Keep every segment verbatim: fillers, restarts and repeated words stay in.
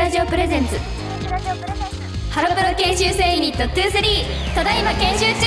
ラジオプレゼンツハロプロ研修生ユニットにじゅうさん、ただいま研修中。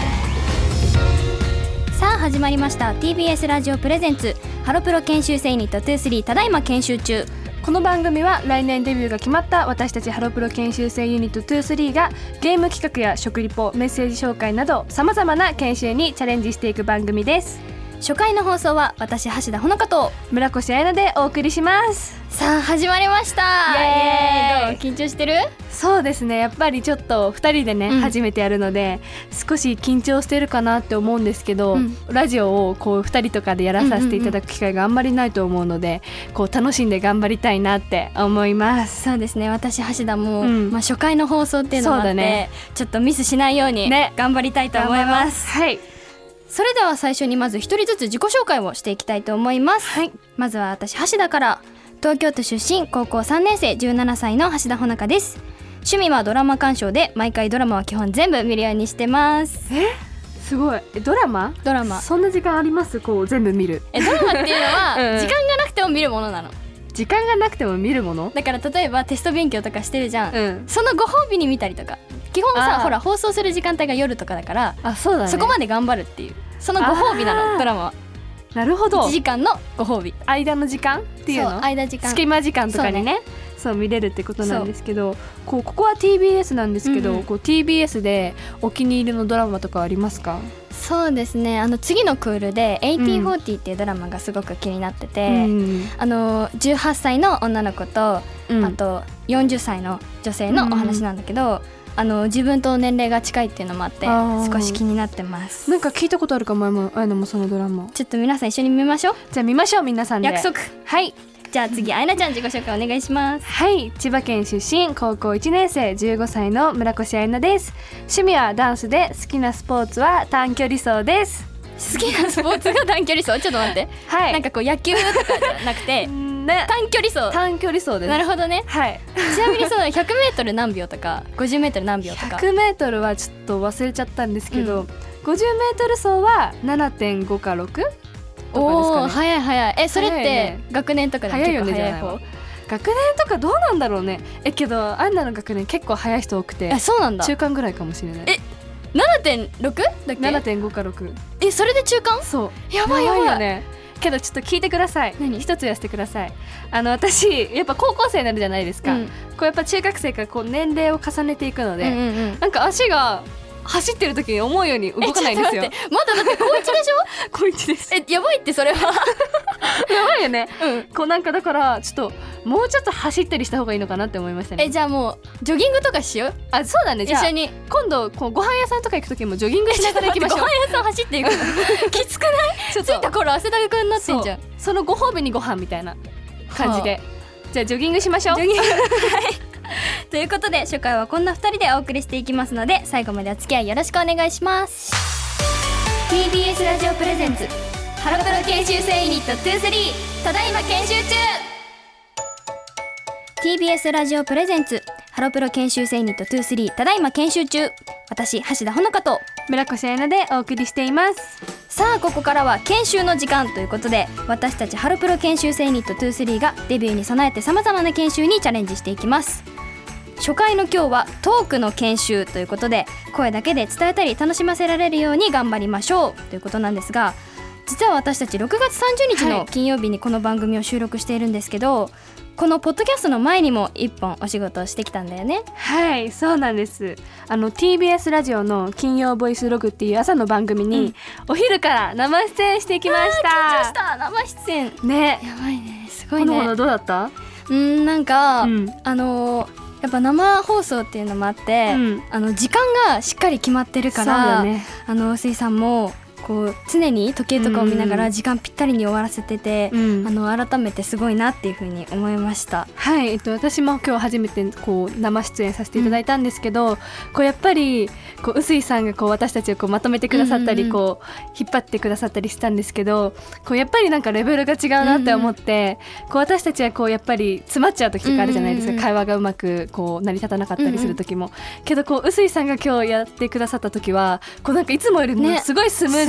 さあ始まりました ティービーエス ラジオプレゼンツハロプロ研修生ユニットにじゅうさん、ただいま研修中。 この番組は来年デビューが決まった私たちハロプロ研修生ユニットにじゅうさんがゲーム企画や食リポ、メッセージ紹介などさまざまな研修にチャレンジしていく番組です。 初回の放送は私橋田ほのかと村越彩菜でお送りします。 さあ始まりました。 イエーイ。 どう緊張してる？ そうですね、やっぱりちょっとふたりでね、うん、初めてやるので少し緊張してるかなって思うんですけど、うん、ラジオをこうふたりとかでやらさせていただく機会があんまりないと思うので、こう楽しんで頑張りたいなって思います。 そうですね、私橋田も、うんまあ、初回の放送っていうのもあって、ね、ちょっとミスしないように頑張りたいと思います、 ね、はい。 それでは最初にまず一人ずつ自己紹介をしていきたいと思います、はい、まずは私橋田から。東京都出身、高校さんねん生、じゅうななさいの橋田ほのかです。趣味はドラマ鑑賞で、毎回ドラマは基本全部見るようにしてます。 えすごい。えドラマドラマそんな時間あります？こう全部見る。 えドラマっていうのは、うん、時間がなくても見るものなの。 時間がなくても見るものだから、例えばテスト勉強とかしてるじゃん、うん、そのご褒美に見たりとか。基本さ、ほら放送する時間帯が夜とかだから、 あ、そうだね、 そこまで頑張るっていう、そのご褒美なのドラマは。 なるほど。 いちじかんのご褒美、 間の時間っていうの。 そう、間時間、 隙間時間とかに ね, そう、ね、そう見れるってことなんですけど、こうここは ティービーエス なんですけど、うんうん、こう ティービーエス でお気に入りのドラマとかありますか？ そうですね、あの次のクールでエイティーフォーティーっていうドラマがすごく気になってて、うん、あのじゅうはっさいの女の子と、うん、あとよんじゅっさいの女性のお話なんだけど、うんあの自分と年齢が近いっていうのもあって少し気になってます。 なんか聞いたことあるかも、あやなもそのドラマ。 ちょっと皆さん一緒に見ましょう。 じゃあ見ましょう、皆さんで。 約束。 はい。 じゃあ次、あやなちゃん自己紹介お願いします。 はい、千葉県出身、高校いちねん生、じゅうごさいの村越彩菜です。趣味はダンスで、好きなスポーツは短距離走です。 好きなスポーツが短距離走ちょっと待って、はい、なんかこう野球とかじゃなくてね、短距離走。 短距離走です。 なるほどね。 はい。 ちなみにそのひゃくメートル何秒とかごじゅうメートル何秒とか。 ひゃくメートルはちょっと忘れちゃったんですけど、うん、ごじゅうメートル走は ななてんご かろくとかですかね。おー、早い早い。え、それって学年とかで結構早い方？ 学年とかどうなんだろうね。え、けどアンナの学年結構早い人多くて。 え、そうなんだ。 中間ぐらいかもしれない。 え、ななてんろく だっけ？ ななてんご かろく。 え、それで中間？ そう。 やばいやばいよね。けどちょっと聞いてください。 何？ 一つ言わせてください。あの私やっぱ高校生になるじゃないですか、うん、こうやっぱ中学生からこう年齢を重ねていくので、うんうんうん、なんか足が走ってる時に思うように動かないんですよ。 まだだって高いちでしょ？ 高いちです。 え、やばいってそれはやばいよね、うん、こうなんかだからちょっともうちょっと走ったりした方がいいのかなって思いましたね。 え、じゃあもうジョギングとかしよう。 あ、そうだね。じゃあ一緒に今度こうご飯屋さんとか行く時もジョギングしながら行きましょう。 ご飯屋さん走っていくのきつくない？ちょっと着いた頃汗だくになってんじゃん。 そ, そのご褒美にご飯みたいな感じで、はあ、じゃあジョギングしましょう。 ジョギングはいということで初回はこんなふたりでお送りしていきますので、最後までお付き合いよろしくお願いします。 ティービーエス ラジオプレゼンツハロプロ研修生ユニットにじゅうさん、ただいま研修中。 ティービーエス ラジオプレゼンツハロプロ研修生ユニットにじゅうさん、ただいま研修中。私橋田ほのかと村越彩菜でお送りしています。 さあここからは研修の時間ということで、私たちハロプロ研修生ユニットにじゅうさんがデビューに備えてさまざまな研修にチャレンジしていきます。初回の今日はトークの研修ということで、声だけで伝えたり楽しませられるように頑張りましょうということなんですが、実は私たちろくがつさんじゅうにちの金曜日にこの番組を収録しているんですけど、はい、このポッドキャストの前にも一本お仕事をしてきたんだよね。 はい、そうなんです。あの ティービーエス ラジオの金曜ボイスログっていう朝の番組に、うん、お昼から生出演してきました。 緊張した。生出演ね。 やばいね。すごいね。 このものどうだった？ うん、なんか、うん、あのーやっぱ生放送っていうのもあって、うん、あの時間がしっかり決まってるから、ね、あの臼井さんもこう常に時計とかを見ながら時間ぴったりに終わらせてて、うん、あの改めてすごいなっていう風に思いました。 はい、えっと、私も今日初めてこう生出演させていただいたんですけど、うん、こうやっぱりこう臼井さんがこう私たちをこうまとめてくださったり、うんうんうん、こう引っ張ってくださったりしたんですけど、こうやっぱりなんかレベルが違うなって思って、うんうん、こう私たちはこうやっぱり詰まっちゃう時とかあるじゃないですか、うんうんうん、会話がうまくこう成り立たなかったりする時も、うんうん、けどこう臼井さんが今日やってくださった時はこうなんかいつもよりもすごいスムーズ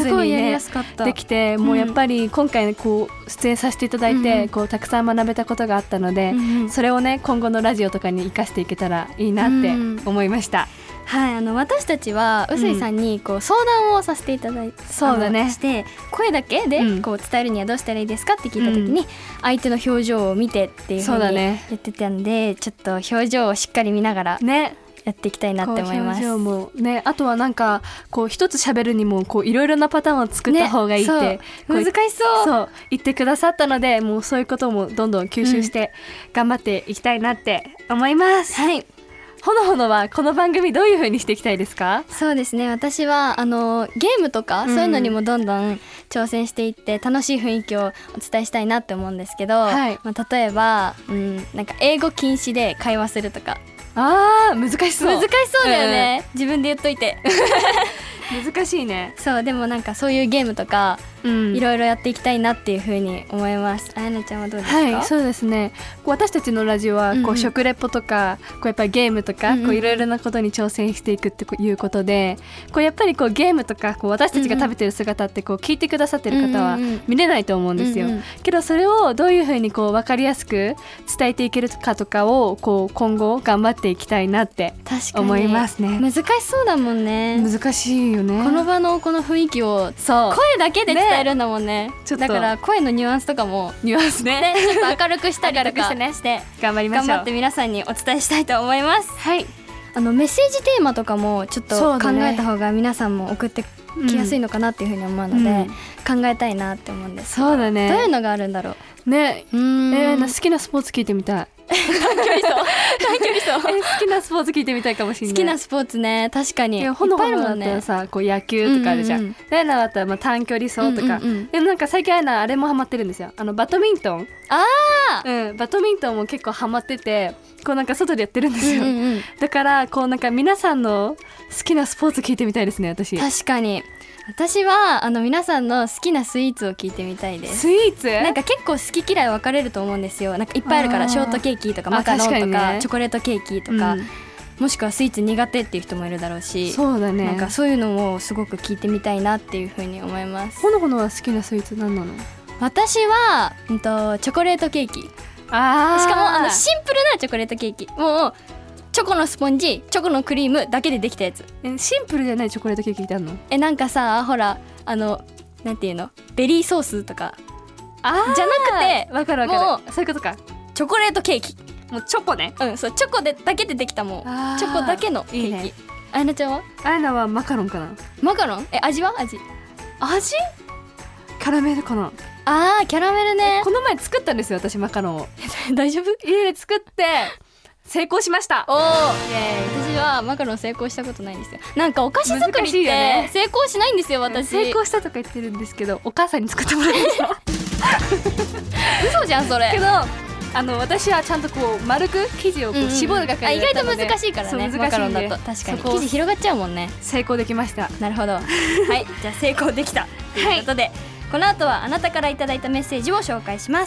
ズにねすごいやりやすかった。 できて、もうやっぱり今回こう出演させていただいて、うん、こうたくさん学べたことがあったので、うん、それをね今後のラジオとかに生かしていけたらいいなって思いました、 うん、はい、あの私たちは臼井さんにこう相談をさせていただいて、うん、 そうだね、 して声だけでこう伝えるにはどうしたらいいですかって聞いた時に、うん、相手の表情を見てっていう風に言ってたんで、ね、ちょっと表情をしっかり見ながらねやっていきたいなって思います。 表情もね、あとはなんかこう一つ喋るにもこういろいろなパターンを作った方がいいって、ね、 難しそうそう言ってくださったので、もうそういうこともどんどん吸収して頑張っていきたいなって思います、 うん、はい。 ほのほのはこの番組どういう風にしていきたいですか？ そうですね、私はあのゲームとか、うん、そういうのにもどんどん挑戦していって楽しい雰囲気をお伝えしたいなって思うんですけど、はい、まあ、例えば、うん、なんか英語禁止で会話するとか。 あー難しそう難しそうだよね、うん、自分で言っといて難しいね。 そうでもなんかそういうゲームとか、うん、いろいろやっていきたいなっていう風に思います。あやなちゃんはどうですか？ はい、そうですね、私たちのラジオはこう、うんうん、食レポとかこうやっぱりゲームとか、うんうん、こういろいろなことに挑戦していくっていうことで、こうやっぱりこうゲームとかこう私たちが食べてる姿ってこう聞いてくださってる方は見れないと思うんですよ、うんうん、けどそれをどういう風にこう分かりやすく伝えていけるかとかをこう今後頑張っていきたいなって思いますね。 難しそうだもんね。 難しいよね。 この場のこの雰囲気を声だけで伝えるんだもんね。 ね、 だから声のニュアンスとかもニュアンスね、 ね、ちょっと明るくしたりとかしてねして頑張りましょう。 頑張って皆さんにお伝えしたいと思います。 はい、 あのメッセージテーマとかもちょっと考えた方が皆さんも送ってきやすいのかなっていうふうに思うので、うん、考えたいなって思うんですけど、 そうだね、 どういうのがあるんだろうね。うーん、えー、好きなスポーツ聞いてみたい。 短距離走短距離走え好きなスポーツ聞いてみたいかもしれない。 好きなスポーツね、確かにいっほのほのだったらさ、こう野球とかあるじゃん、うんうん、であやなだったらまあ短距離走とか、うんうんうん、でなんか最近あやなあれもハマってるんですよ、あのバドミントン。 あー、うん、バドミントンも結構ハマってて、こうなんか外でやってるんですよ、 うんうんうん、 だからこうなんか皆さんの好きなスポーツ聞いてみたいですね。私確かに私はあの皆さんの好きなスイーツを聞いてみたいです。 スイーツなんか結構好き嫌い分かれると思うんですよ。なんかいっぱいあるから、ショートケーキとかマカロンとか、ね、チョコレートケーキとか、うん、もしくはスイーツ苦手っていう人もいるだろうし、 そうだね、 なんかそういうのをすごく聞いてみたいなっていうふうに思います。 ほのほのは好きなスイーツ何なの？ 私は、うん、とチョコレートケーキ。 あー、 しかもあのシンプルなチョコレートケーキ、もうチョコのスポンジ、チョコのクリームだけでできたやつ。 えシンプルじゃないチョコレートケーキってあるの？ えなんかさ、ほらあのなんていうの、ベリーソースとかあじゃなくて、 わかるわかる、もうそういうことか。 チョコレートケーキ、 もうチョコね。 うん、そうチョコでだけでできた、もうチョコだけのケーキ。いいね。あやなちゃんは？ あやなはマカロンかな。 マカロン？え味は？味味キャラメルかな。 あーキャラメルね。 この前作ったんですよ私マカロンを大丈夫？ 家で作って成功しました。 おー、私はマカロン成功したことないんですよ。なんかお菓子作りって成功しないんですよ私。 成功したとか言ってるんですけど、お母さんに作ってもらいました嘘じゃんそれ。 けどあの私はちゃんとこう丸く生地をこう絞る係だったので、うんうん、あ意外と難しいからね。マカロンだと確かに生地広がっちゃうもんね。 成功できました。 なるほどはいじゃあ成功できたということで、はい、この後はあなたからいただいたメッセージを紹介します。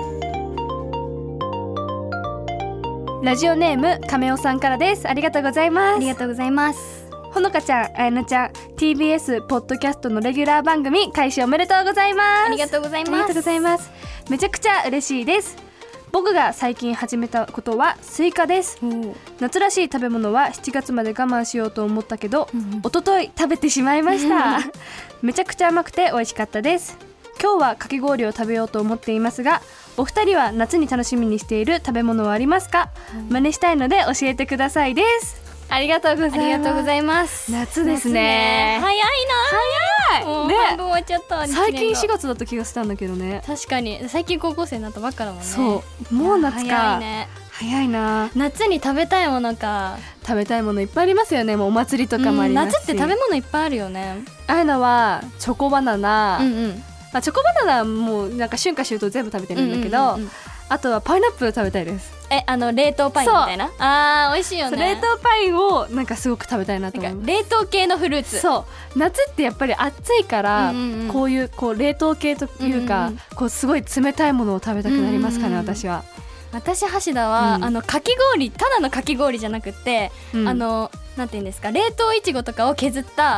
ラジオネーム亀尾さんからです。ありがとうございます。 ありがとうございます。 ほのかちゃん、あやなちゃん、 ティービーエス ポッドキャストのレギュラー番組開始おめでとうございます。 ありがとうございます。 ありがとうございます。めちゃくちゃ嬉しいです。僕が最近始めたことはスイカです。夏らしい食べ物はしちがつまで我慢しようと思ったけど、うん、一昨日食べてしまいましためちゃくちゃ甘くて美味しかったです。今日はかき氷を食べようと思っていますが、お二人は夏に楽しみにしている食べ物はありますか？うん、真似したいので教えてくださいです。ありがとうございます。 ありがとうございます。 夏ですね。 早いな。 早い。 もう半分終わっちゃった。 最近しがつだった気がしたんだけどね。 確かに最近高校生になったばっかだもんね。 そうもう夏か。 早いね。 早いな。 夏に食べたいものか。 食べたいものいっぱいありますよね。もうお祭りとかもありますし、 夏って食べ物いっぱいあるよね。 あやなはチョコバナナ、 うんうんまあ、チョコバナナはもうなんか春夏秋冬全部食べてるんだけど、うんうんうんうん、あとはパイナップル食べたいです。 えあの冷凍パインみたいな。あー美味しいよね。 冷凍パインをなんかすごく食べたいなと思う。 冷凍系のフルーツ。 そう夏ってやっぱり暑いから、うんうんうん、こういうこう冷凍系というか、うんうん、こうすごい冷たいものを食べたくなりますかね、うんうんうん、私は。 私橋田は、うん、あのかき氷、ただのかき氷じゃなくて、うん、あのなんていうんですか、冷凍いちごとかを削った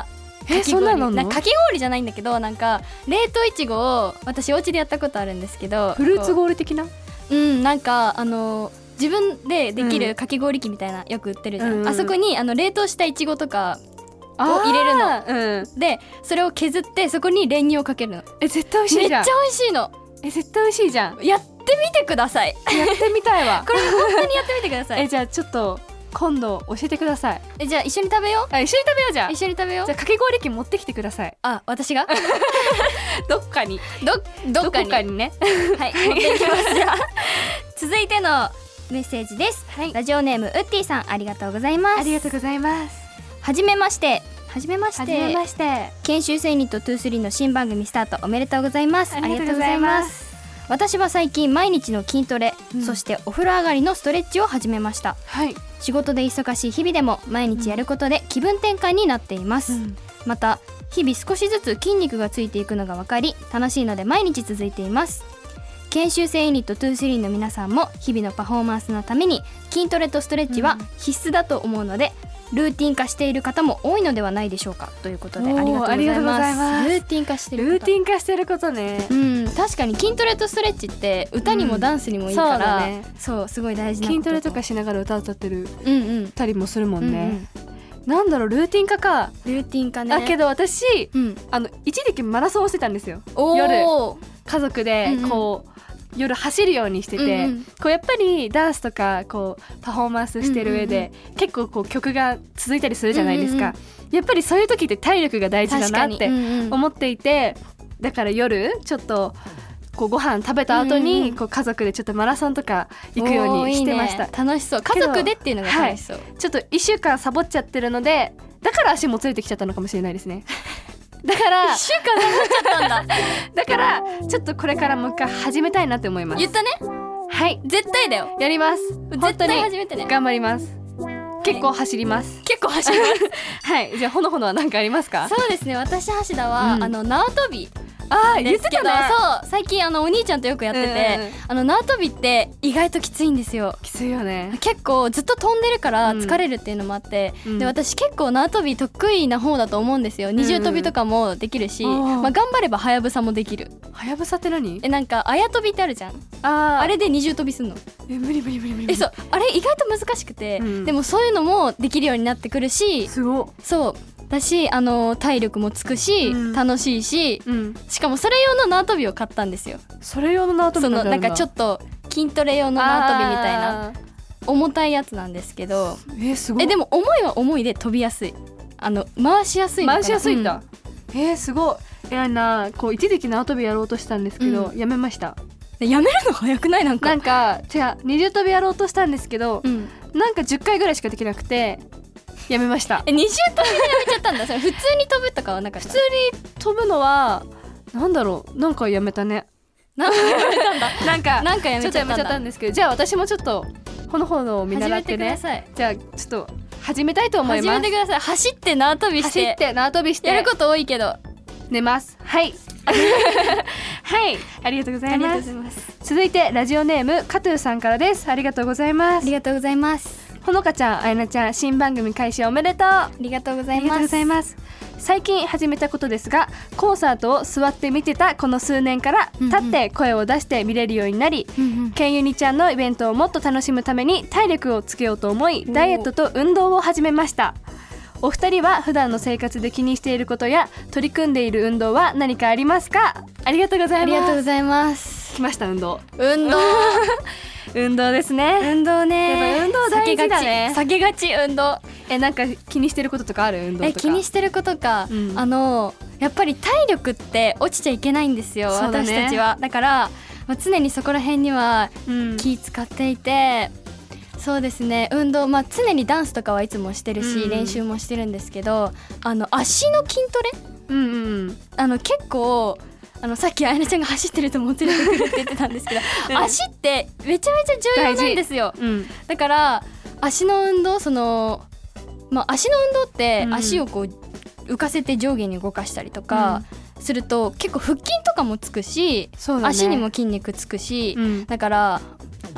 えそんなのあんの？ なんかかき氷じゃないんだけど、なんか冷凍いちごを私お家でやったことあるんですけど、 フルーツ氷的な？ うんなんかあの自分でできるかき氷機みたいなよく売ってるじゃん、うん、あそこにあの冷凍したいちごとかを入れるの、うん、でそれを削ってそこに練乳をかけるの。 え絶対美味しいじゃん。 めっちゃ美味しいの。 え絶対美味しいじゃん。 やってみてください。 やってみたいわ。 これ本当にやってみてください。 えじゃあちょっと今度教えてください。 えじゃあ一緒に食べよう。 あ一緒に食べよう。じゃあ一緒に食べよう。 じゃあかき氷機持ってきてください。 あ私がどっかにどどっかにどこかにねはい持っていきますじゃあ続いてのメッセージです、はい、ラジオネームウッディさんありがとうございます。 ありがとうございます。 はじめましてはじめまして。 はじめまして。 研修生ユニットにじゅうさんの新番組スタートおめでとうございます。 ありがとうございます。 私は最近毎日の筋トレ、うん、そしてお風呂上がりのストレッチを始めました、 はい、 仕事で忙しい日々でも毎日やることで気分転換になっています、うん、また日々少しずつ筋肉がついていくのが分かり楽しいので毎日続いています。研修生ユニットにじゅうさんの皆さんも日々のパフォーマンスのために筋トレとストレッチは必須だと思うので、うん、ルーティン化している方も多いのではないでしょうかということでありがとうございます。ルーティン化してることルーティン化してることね、 うん、確かに筋トレとストレッチって歌にもダンスにもいいから、うん そうだね、そうすごい大事なこと。 筋トレとかしながら歌歌ってる、 うんうん、 たりもするもんね、うんうん、なんだろうルーティン化か。 ルーティン化ね。 だけど私、うん、あの一時期マラソンをしてたんですよ。夜家族でこう、うんうん夜走るようにしてて、うんうん、こうやっぱりダンスとかこうパフォーマンスしてる上で、うんうん、結構こう曲が続いたりするじゃないですか、うんうん、やっぱりそういう時って体力が大事だなって思っていて、うんうん、だから夜ちょっとこうご飯食べた後にこう家族でちょっとマラソンとか行くようにしてました。いいね、 楽しそう。家族でっていうのが楽しそう、はい、 ちょっといっしゅうかんサボっちゃってるのでだから足もついてきちゃったのかもしれないですね。だからいっしゅうかんサボっちゃったんだだからちょっとこれからもう一回始めたいなって思います。 言ったね。 はい絶対だよ。 やります。 絶対始めてね。 頑張ります。結構走ります、 はい、結構走りますはいじゃあほのほのは何かありますか？ そうですね私橋田は、うん、あの縄跳びあー言ってたね。 そう最近あのお兄ちゃんとよくやってて、うんうん、あの縄跳びって意外ときついんですよ。 きついよね。 結構ずっと飛んでるから疲れるっていうのもあって、うん、で私結構縄跳び得意な方だと思うんですよ。二重跳びとかもできるし、うんまあ、頑張ればはやぶさもできる。 はやぶさって何？ えなんかあや跳びってあるじゃん。あ, あれで二重跳びすんの。 え無理無理無理無理。 えそうあれ意外と難しくて、うん、でもそういうのもできるようになってくるしすごそうだしあの体力もつくし、うん、楽しいし、うん、しかもそれ用の縄跳びを買ったんですよ。 それ用の縄跳びそのなんかちょっと筋トレ用の縄跳びみたいな重たいやつなんですけどえすごい。 えでも重いは重いで飛びやすい。あの回しやすいのかな。 回しやすいんだ、うん、えー、すごい。いやなこう一時期縄跳びやろうとしたんですけど、うん、やめました。 やめるの早くない？なんかなんか違う二重跳びやろうとしたんですけど、うん、なんかじゅっかいぐらいしかできなくてやめました。 え二重跳びでやめちゃったんだそれ普通に飛ぶとかはなかった？ 普通に飛ぶのはなんだろうなんかやめたね。 なんかやめたんだなんかなんかやめちゃったんだ。 ちょっとやめちゃったんですけどじゃあ私もちょっとほのほのを見習ってね。 始めてください。 じゃあちょっと始めたいと思います。 始めてください。走って縄跳びして走って縄跳びしてやること多いけど寝ますはいはいありがとうございます。続いてラジオネームカトゥーさんからです。ありがとうございます。 ありがとうございます。 ほのかちゃんあやなちゃん新番組開始おめでとう。 ありがとうございます。ありがとうございます。 最近始めたことですがコンサートを座って見てたこの数年から立って声を出して見れるようになり、うんうん、ケンユニちゃんのイベントをもっと楽しむために体力をつけようと思いダイエットと運動を始めました。お二人は普段の生活で気にしていることや取り組んでいる運動は何かありますか？ありがとうございます。 ありがとうございます。 来ました運動運動運動ですね。 運動ね。 やっぱ運動大事だね。 避けがち運動。 えなんか気にしてることとかある？運動とか。 え気にしてることか、うん、あのやっぱり体力って落ちちゃいけないんですよ、ね、私たちは。だから、まあ、常にそこら辺には気使っていて、うん、そうですね運動、まあ、常にダンスとかはいつもしてるし、うん、練習もしてるんですけどあの足の筋トレ、うんうん、あの結構あのさっきあやなちゃんが走ってるともつれてくるって言ってたんですけど、うん、足ってめちゃめちゃ重要なんですよ、うん、だから足の運動その、まあ、足の運動って足をこう浮かせて上下に動かしたりとかすると、うん、結構腹筋とかもつくし、ね、足にも筋肉つくし、うん、だから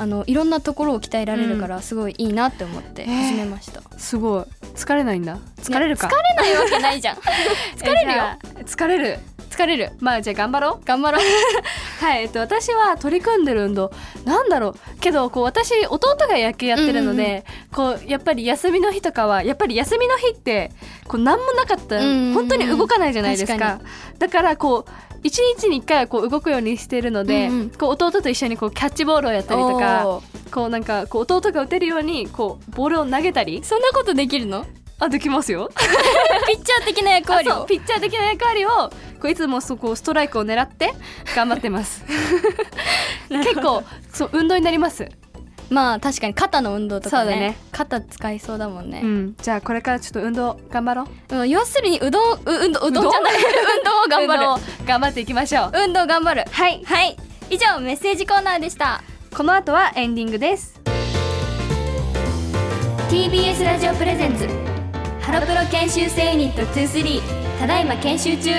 あのいろんなところを鍛えられるからすごいいいなって思って始めました、 えー、すごい疲れないんだ。疲れるか。 疲れないわけないじゃん疲れるよ。 疲れる疲れる。 まあじゃあ頑張ろう頑張ろうはい、えっと、私は取り組んでる運動なんだろうけどこう私弟が野球やってるので、うんうんうん、こうやっぱり休みの日とかはやっぱり休みの日ってこう何もなかったら、うんうんうん、本当に動かないじゃないです か, かだからこう一日に一回はこう動くようにしてるので、うんうん、こう弟と一緒にこうキャッチボールをやったりとかこうなんかこう弟が打てるようにこうボールを投げたり。 そんなことできるの？ あ、できますよピッチャー的な役割を。 そう、ピッチャー的な役割をこういつもそこストライクを狙って頑張ってます結構そう運動になります。 まあ確かに肩の運動とか ね, そうだね肩使いそうだもんね、 うん、じゃあこれからちょっと運動頑張ろう、 うん、要するにうどんう運動うどんじゃない運動を頑張る運動頑張っていきましょう。 運動頑張る。 はい、 はい、以上メッセージコーナーでした。 この後はエンディングです。 ティービーエス ラジオプレゼンツハロプロ研修生ユニットにじゅうさんただいま研修中。 テ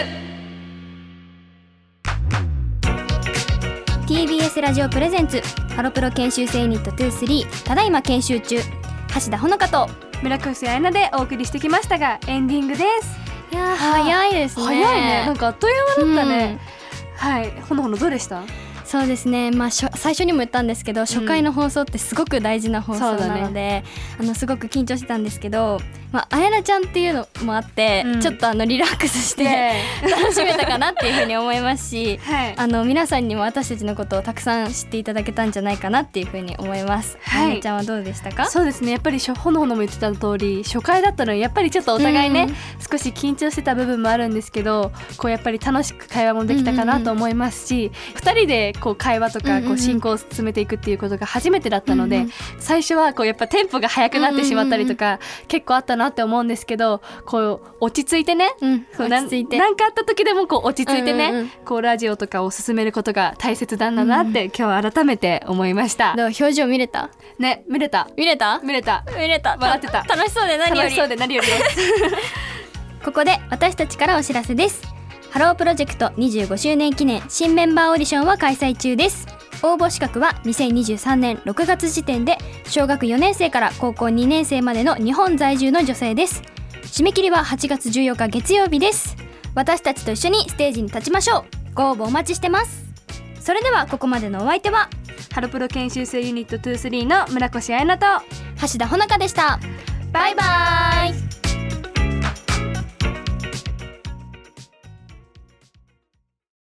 ィービーエス ラジオプレゼンツハロプロ研修生ユニットにじゅうさんただいま研修中、橋田ほのかと村越彩菜でお送りしてきましたがエンディングです。 いやー早いですね。 早いね。なんかあっという間だったね、うん、はい。ほのほのどうでした？ そうですね、まあ、最初にも言ったんですけど初回の放送ってすごく大事な放送なので、ね、あのすごく緊張してたんですけど、まあ、あやなちゃんっていうのもあって、うん、ちょっとあのリラックスして、ね、楽しめたかなっていうふうに思いますし、はい、あの皆さんにも私たちのことをたくさん知っていただけたんじゃないかなっていうふうに思います、はい、あやなちゃんはどうでしたか？ そうですね、やっぱりほのほのも言ってた通り初回だったのにやっぱりちょっとお互いね、うん、少し緊張してた部分もあるんですけどこうやっぱり楽しく会話もできたかなと思いますし、うんうんうん、ふたりでこう会話とかこう進行を進めていくっていうことが初めてだったので、うんうん、最初はこうやっぱテンポが速くなってしまったりとか、うんうんうん、結構あったなって思うんですけどこう落ち着いてね、うん、落ち着いて何かあった時でもこう落ち着いてね、うんうんうん、こうラジオとかを進めることが大切なんだなって、うん、今日改めて思いました。 どう表情見れた？ ね、見れた見れた見れた見れた笑ってた。 楽しそうで何より楽しそうで何よりですここで私たちからお知らせです。ハロープロジェクトにじゅうごしゅうねん記念新メンバーオーディションは開催中です。応募資格はにせんにじゅうさんねんろくがつ時点で小学よねん生から高校にねん生までの日本在住の女性です。締め切りははちがつじゅうよっか月曜日です。私たちと一緒にステージに立ちましょう。ご応募お待ちしてます。それではここまでのお相手はハロプロ研修生ユニットにじゅうさんの村越彩菜と橋田ほなかでした。バイバイ。